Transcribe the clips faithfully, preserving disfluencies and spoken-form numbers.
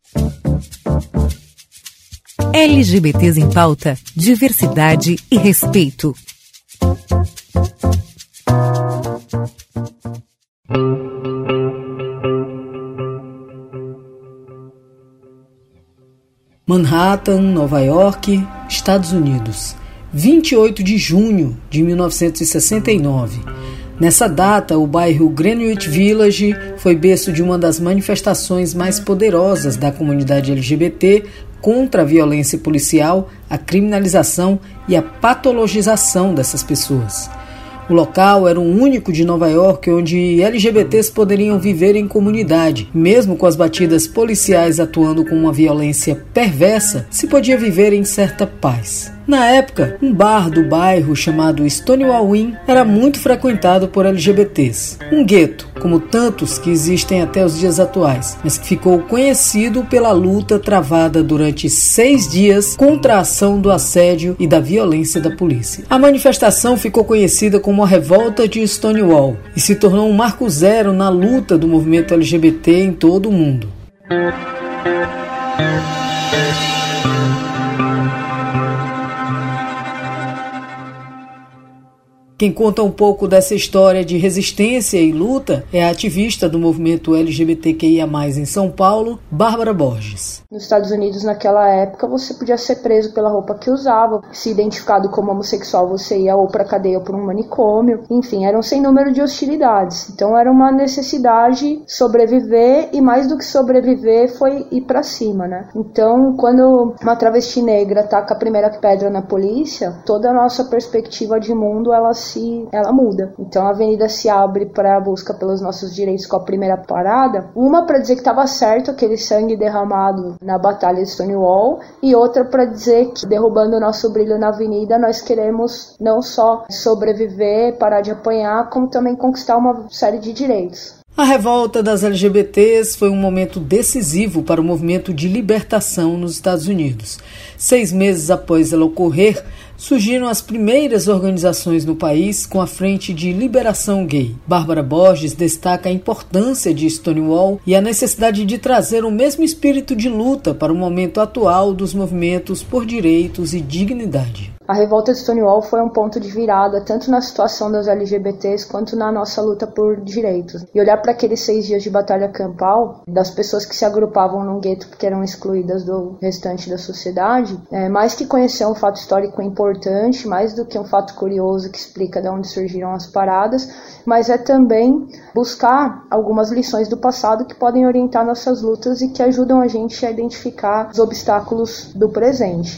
L G B Ts em pauta, diversidade e respeito. Manhattan, Nova York, Estados Unidos, vinte e oito de junho de mil novecentos e sessenta e nove. Nessa data, o bairro Greenwich Village foi berço de uma das manifestações mais poderosas da comunidade L G B T contra a violência policial, a criminalização e a patologização dessas pessoas. O local era o único de Nova York onde L G B Ts poderiam viver em comunidade. Mesmo com as batidas policiais atuando com uma violência perversa, se podia viver em certa paz. Na época, um bar do bairro chamado Stonewall Inn era muito frequentado por L G B Ts. Um gueto, como tantos que existem até os dias atuais, mas que ficou conhecido pela luta travada durante seis dias contra a ação do assédio e da violência da polícia. A manifestação ficou conhecida como a Revolta de Stonewall e se tornou um marco zero na luta do movimento L G B T em todo o mundo. Quem conta um pouco dessa história de resistência e luta é a ativista do movimento L G B T Q I A mais, em São Paulo, Bárbara Borges. Nos Estados Unidos, naquela época, você podia ser preso pela roupa que usava. Se identificado como homossexual, você ia ou para cadeia ou para um manicômio. Enfim, eram sem número de hostilidades. Então era uma necessidade sobreviver, e mais do que sobreviver foi ir para cima, né? Então, quando uma travesti negra taca a primeira pedra na polícia, toda a nossa perspectiva de mundo, ela se, ela muda. Então a avenida se abre para a busca pelos nossos direitos com a primeira parada, uma para dizer que estava certo aquele sangue derramado na batalha de Stonewall, e outra para dizer que, derrubando o nosso brilho na avenida, nós queremos não só sobreviver, parar de apanhar, como também conquistar uma série de direitos. A revolta das L G B Ts foi um momento decisivo para o movimento de libertação nos Estados Unidos. Seis meses após ela ocorrer, surgiram as primeiras organizações no país com a Frente de Liberação Gay. Bárbara Borges destaca a importância de Stonewall e a necessidade de trazer o mesmo espírito de luta para o momento atual dos movimentos por direitos e dignidade. A revolta de Stonewall foi um ponto de virada, tanto na situação das L G B Ts quanto na nossa luta por direitos. E olhar para aqueles seis dias de batalha campal, das pessoas que se agrupavam num gueto porque eram excluídas do restante da sociedade, é, mais que conhecer um fato histórico importante, mais do que um fato curioso que explica de onde surgiram as paradas, mas é também buscar algumas lições do passado que podem orientar nossas lutas e que ajudam a gente a identificar os obstáculos do presente.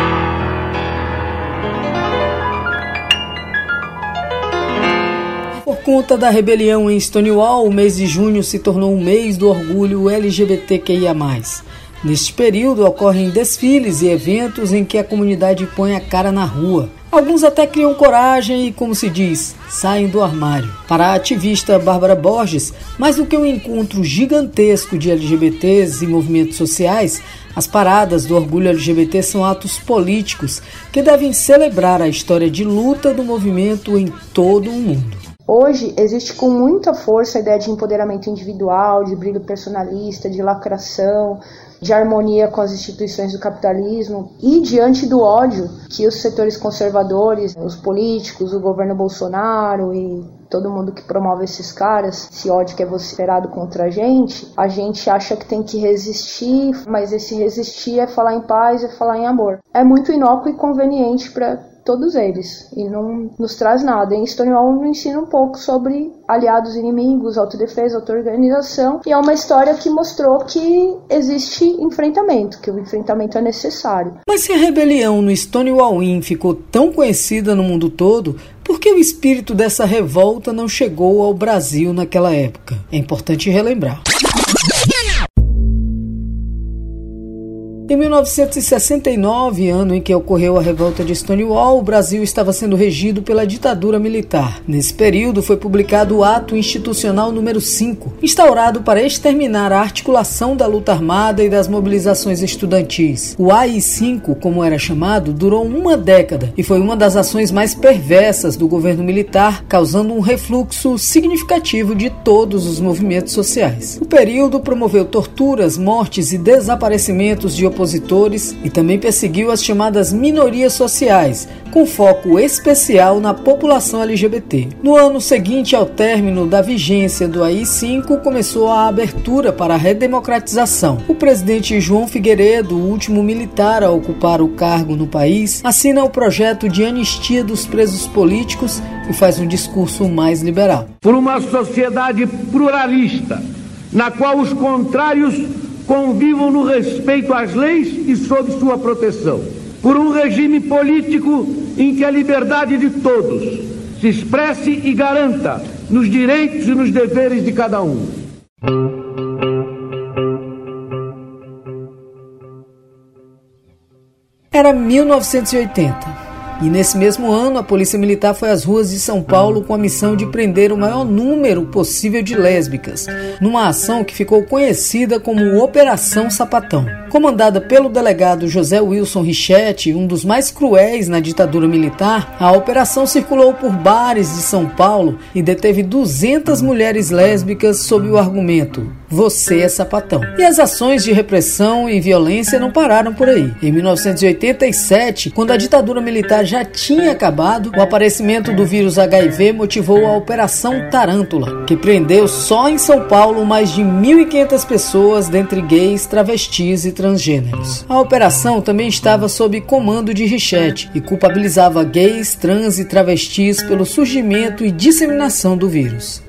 Por conta da rebelião em Stonewall, o mês de junho se tornou um mês do orgulho L G B T Q I A mais. Neste período ocorrem desfiles e eventos em que a comunidade põe a cara na rua. Alguns até criam coragem e, como se diz, saem do armário. Para a ativista Bárbara Borges, mais do que um encontro gigantesco de L G B Ts e movimentos sociais, as paradas do orgulho L G B T são atos políticos que devem celebrar a história de luta do movimento em todo o mundo. Hoje existe com muita força a ideia de empoderamento individual, de brilho personalista, de lacração, de harmonia com as instituições do capitalismo, e diante do ódio que os setores conservadores, os políticos, o governo Bolsonaro e todo mundo que promove esses caras, esse ódio que é vociferado contra a gente, a gente acha que tem que resistir, mas esse resistir é falar em paz, é falar em amor. É muito inócuo e conveniente para todos eles, e não nos traz nada. Em Stonewall nos ensina um pouco sobre aliados, inimigos, autodefesa, auto-organização, e é uma história que mostrou que existe enfrentamento, que o enfrentamento é necessário. Mas se a rebelião no Stonewall Inn ficou tão conhecida no mundo todo, por que o espírito dessa revolta não chegou ao Brasil naquela época? É importante relembrar. Em mil novecentos e sessenta e nove, ano em que ocorreu a revolta de Stonewall, o Brasil estava sendo regido pela ditadura militar. Nesse período foi publicado o Ato Institucional número cinco, instaurado para exterminar a articulação da luta armada e das mobilizações estudantis. O A I cinco, como era chamado, durou uma década e foi uma das ações mais perversas do governo militar, causando um refluxo significativo de todos os movimentos sociais. O período promoveu torturas, mortes e desaparecimentos de opositores e também perseguiu as chamadas minorias sociais, com foco especial na população L G B T. No ano seguinte ao término da vigência do A I cinco, começou a abertura para a redemocratização. O presidente João Figueiredo, o último militar a ocupar o cargo no país, assina o projeto de anistia dos presos políticos e faz um discurso mais liberal. Por uma sociedade pluralista, na qual os contrários convivam no respeito às leis e sob sua proteção. Por um regime político em que a liberdade de todos se expresse e garanta nos direitos e nos deveres de cada um. Era mil novecentos e oitenta. E nesse mesmo ano, a Polícia Militar foi às ruas de São Paulo com a missão de prender o maior número possível de lésbicas, numa ação que ficou conhecida como Operação Sapatão. Comandada pelo delegado José Wilson Richetti, um dos mais cruéis na ditadura militar, a operação circulou por bares de São Paulo e deteve duzentas mulheres lésbicas sob o argumento: você é sapatão. E as ações de repressão e violência não pararam por aí. Em mil novecentos e oitenta e sete, quando a ditadura militar já tinha acabado, o aparecimento do vírus H I V motivou a Operação Tarântula, que prendeu só em São Paulo mais de mil e quinhentas pessoas, dentre gays, travestis e transgêneros. A operação também estava sob comando de Richetti e culpabilizava gays, trans e travestis pelo surgimento e disseminação do vírus.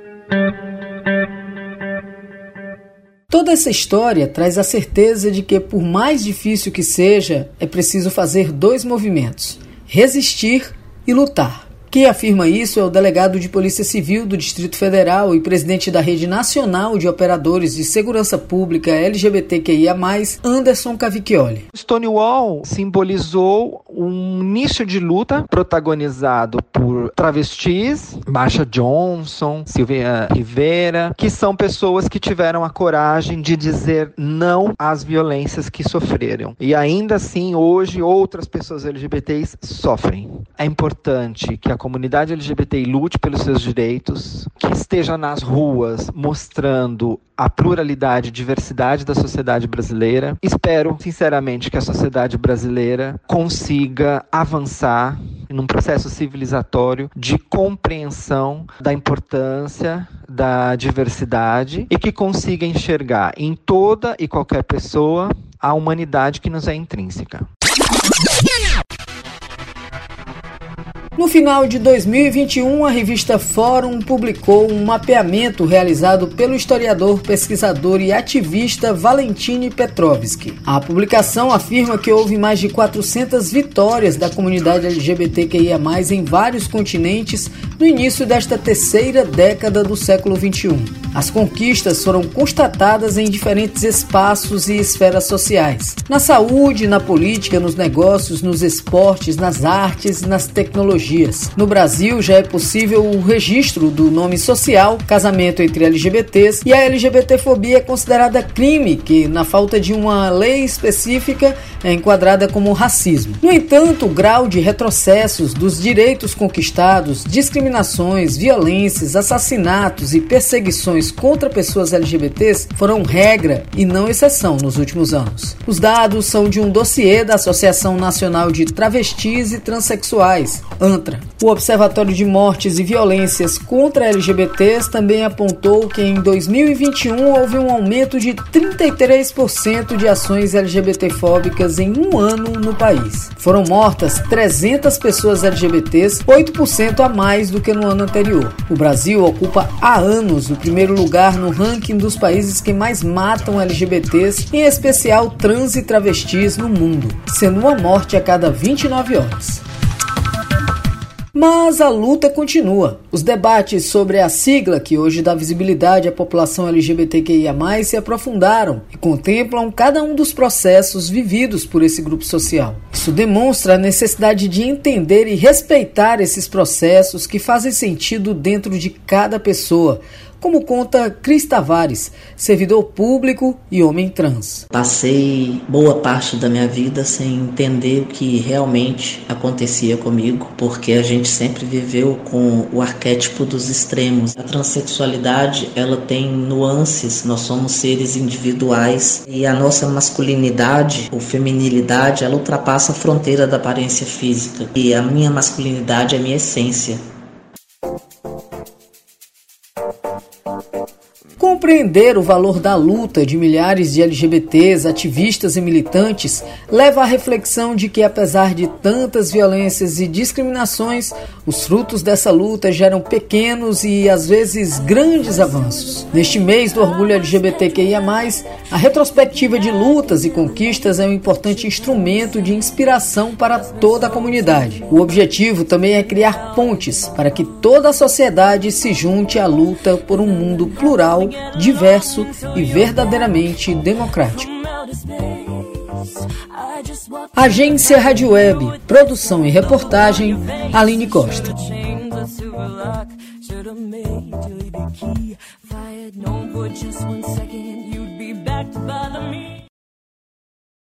Toda essa história traz a certeza de que, por mais difícil que seja, é preciso fazer dois movimentos: resistir e lutar. Quem afirma isso é o delegado de Polícia Civil do Distrito Federal e presidente da Rede Nacional de Operadores de Segurança Pública L G B T Q I A mais, Anderson Cavicchioli. Stonewall simbolizou um início de luta protagonizado por travestis, Marsha Johnson, Silvia Rivera, que são pessoas que tiveram a coragem de dizer não às violências que sofreram. E ainda assim, hoje, outras pessoas L G B T s sofrem. É importante que a comunidade L G B T I lute pelos seus direitos, que esteja nas ruas mostrando a pluralidade e diversidade da sociedade brasileira. Espero, sinceramente, que a sociedade brasileira consiga avançar num processo civilizatório de compreensão da importância da diversidade e que consiga enxergar em toda e qualquer pessoa a humanidade que nos é intrínseca. No final de dois mil e vinte e um, a revista Fórum publicou um mapeamento realizado pelo historiador, pesquisador e ativista Valentine Petrovski. A publicação afirma que houve mais de quatrocentas vitórias da comunidade L G B T Q I A mais, em vários continentes no início desta terceira década do século vinte e um. As conquistas foram constatadas em diferentes espaços e esferas sociais: na saúde, na política, nos negócios, nos esportes, nas artes e nas tecnologias. No Brasil, já é possível o registro do nome social, casamento entre L G B T s, e a LGBTfobia é considerada crime, que, na falta de uma lei específica, é enquadrada como racismo. No entanto, o grau de retrocessos dos direitos conquistados, discriminações, violências, assassinatos e perseguições contra pessoas L G B T s foram regra e não exceção nos últimos anos. Os dados são de um dossiê da Associação Nacional de Travestis e Transsexuais, ANTRA. O Observatório de Mortes e Violências contra L G B T s também apontou que em dois mil e vinte e um houve um aumento de trinta e três por cento de ações LGBTfóbicas em um ano no país. Foram mortas trezentas pessoas L G B T s, oito por cento a mais do que no ano anterior. O Brasil ocupa há anos o primeiro lugar no ranking dos países que mais matam L G B T s, em especial trans e travestis, no mundo, sendo uma morte a cada vinte e nove horas. Mas a luta continua. Os debates sobre a sigla, que hoje dá visibilidade à população L G B T Q I A mais, se aprofundaram e contemplam cada um dos processos vividos por esse grupo social. Isso demonstra a necessidade de entender e respeitar esses processos que fazem sentido dentro de cada pessoa, como conta Cris Tavares, servidor público e homem trans. Passei boa parte da minha vida sem entender o que realmente acontecia comigo, porque a gente sempre viveu com o arquétipo dos extremos. A transexualidade, ela tem nuances, nós somos seres individuais e a nossa masculinidade ou feminilidade, ela ultrapassa a fronteira da aparência física. E a minha masculinidade é a minha essência. Compreender o valor da luta de milhares de L G B Ts, ativistas e militantes leva à reflexão de que, apesar de tantas violências e discriminações, os frutos dessa luta geram pequenos e, às vezes, grandes avanços. Neste mês do orgulho L G B T Q I A mais, a retrospectiva de lutas e conquistas é um importante instrumento de inspiração para toda a comunidade. O objetivo também é criar pontes para que toda a sociedade se junte à luta por um mundo plural, diverso e verdadeiramente democrático. Agência Rádio Web, produção e reportagem, Aline Costa.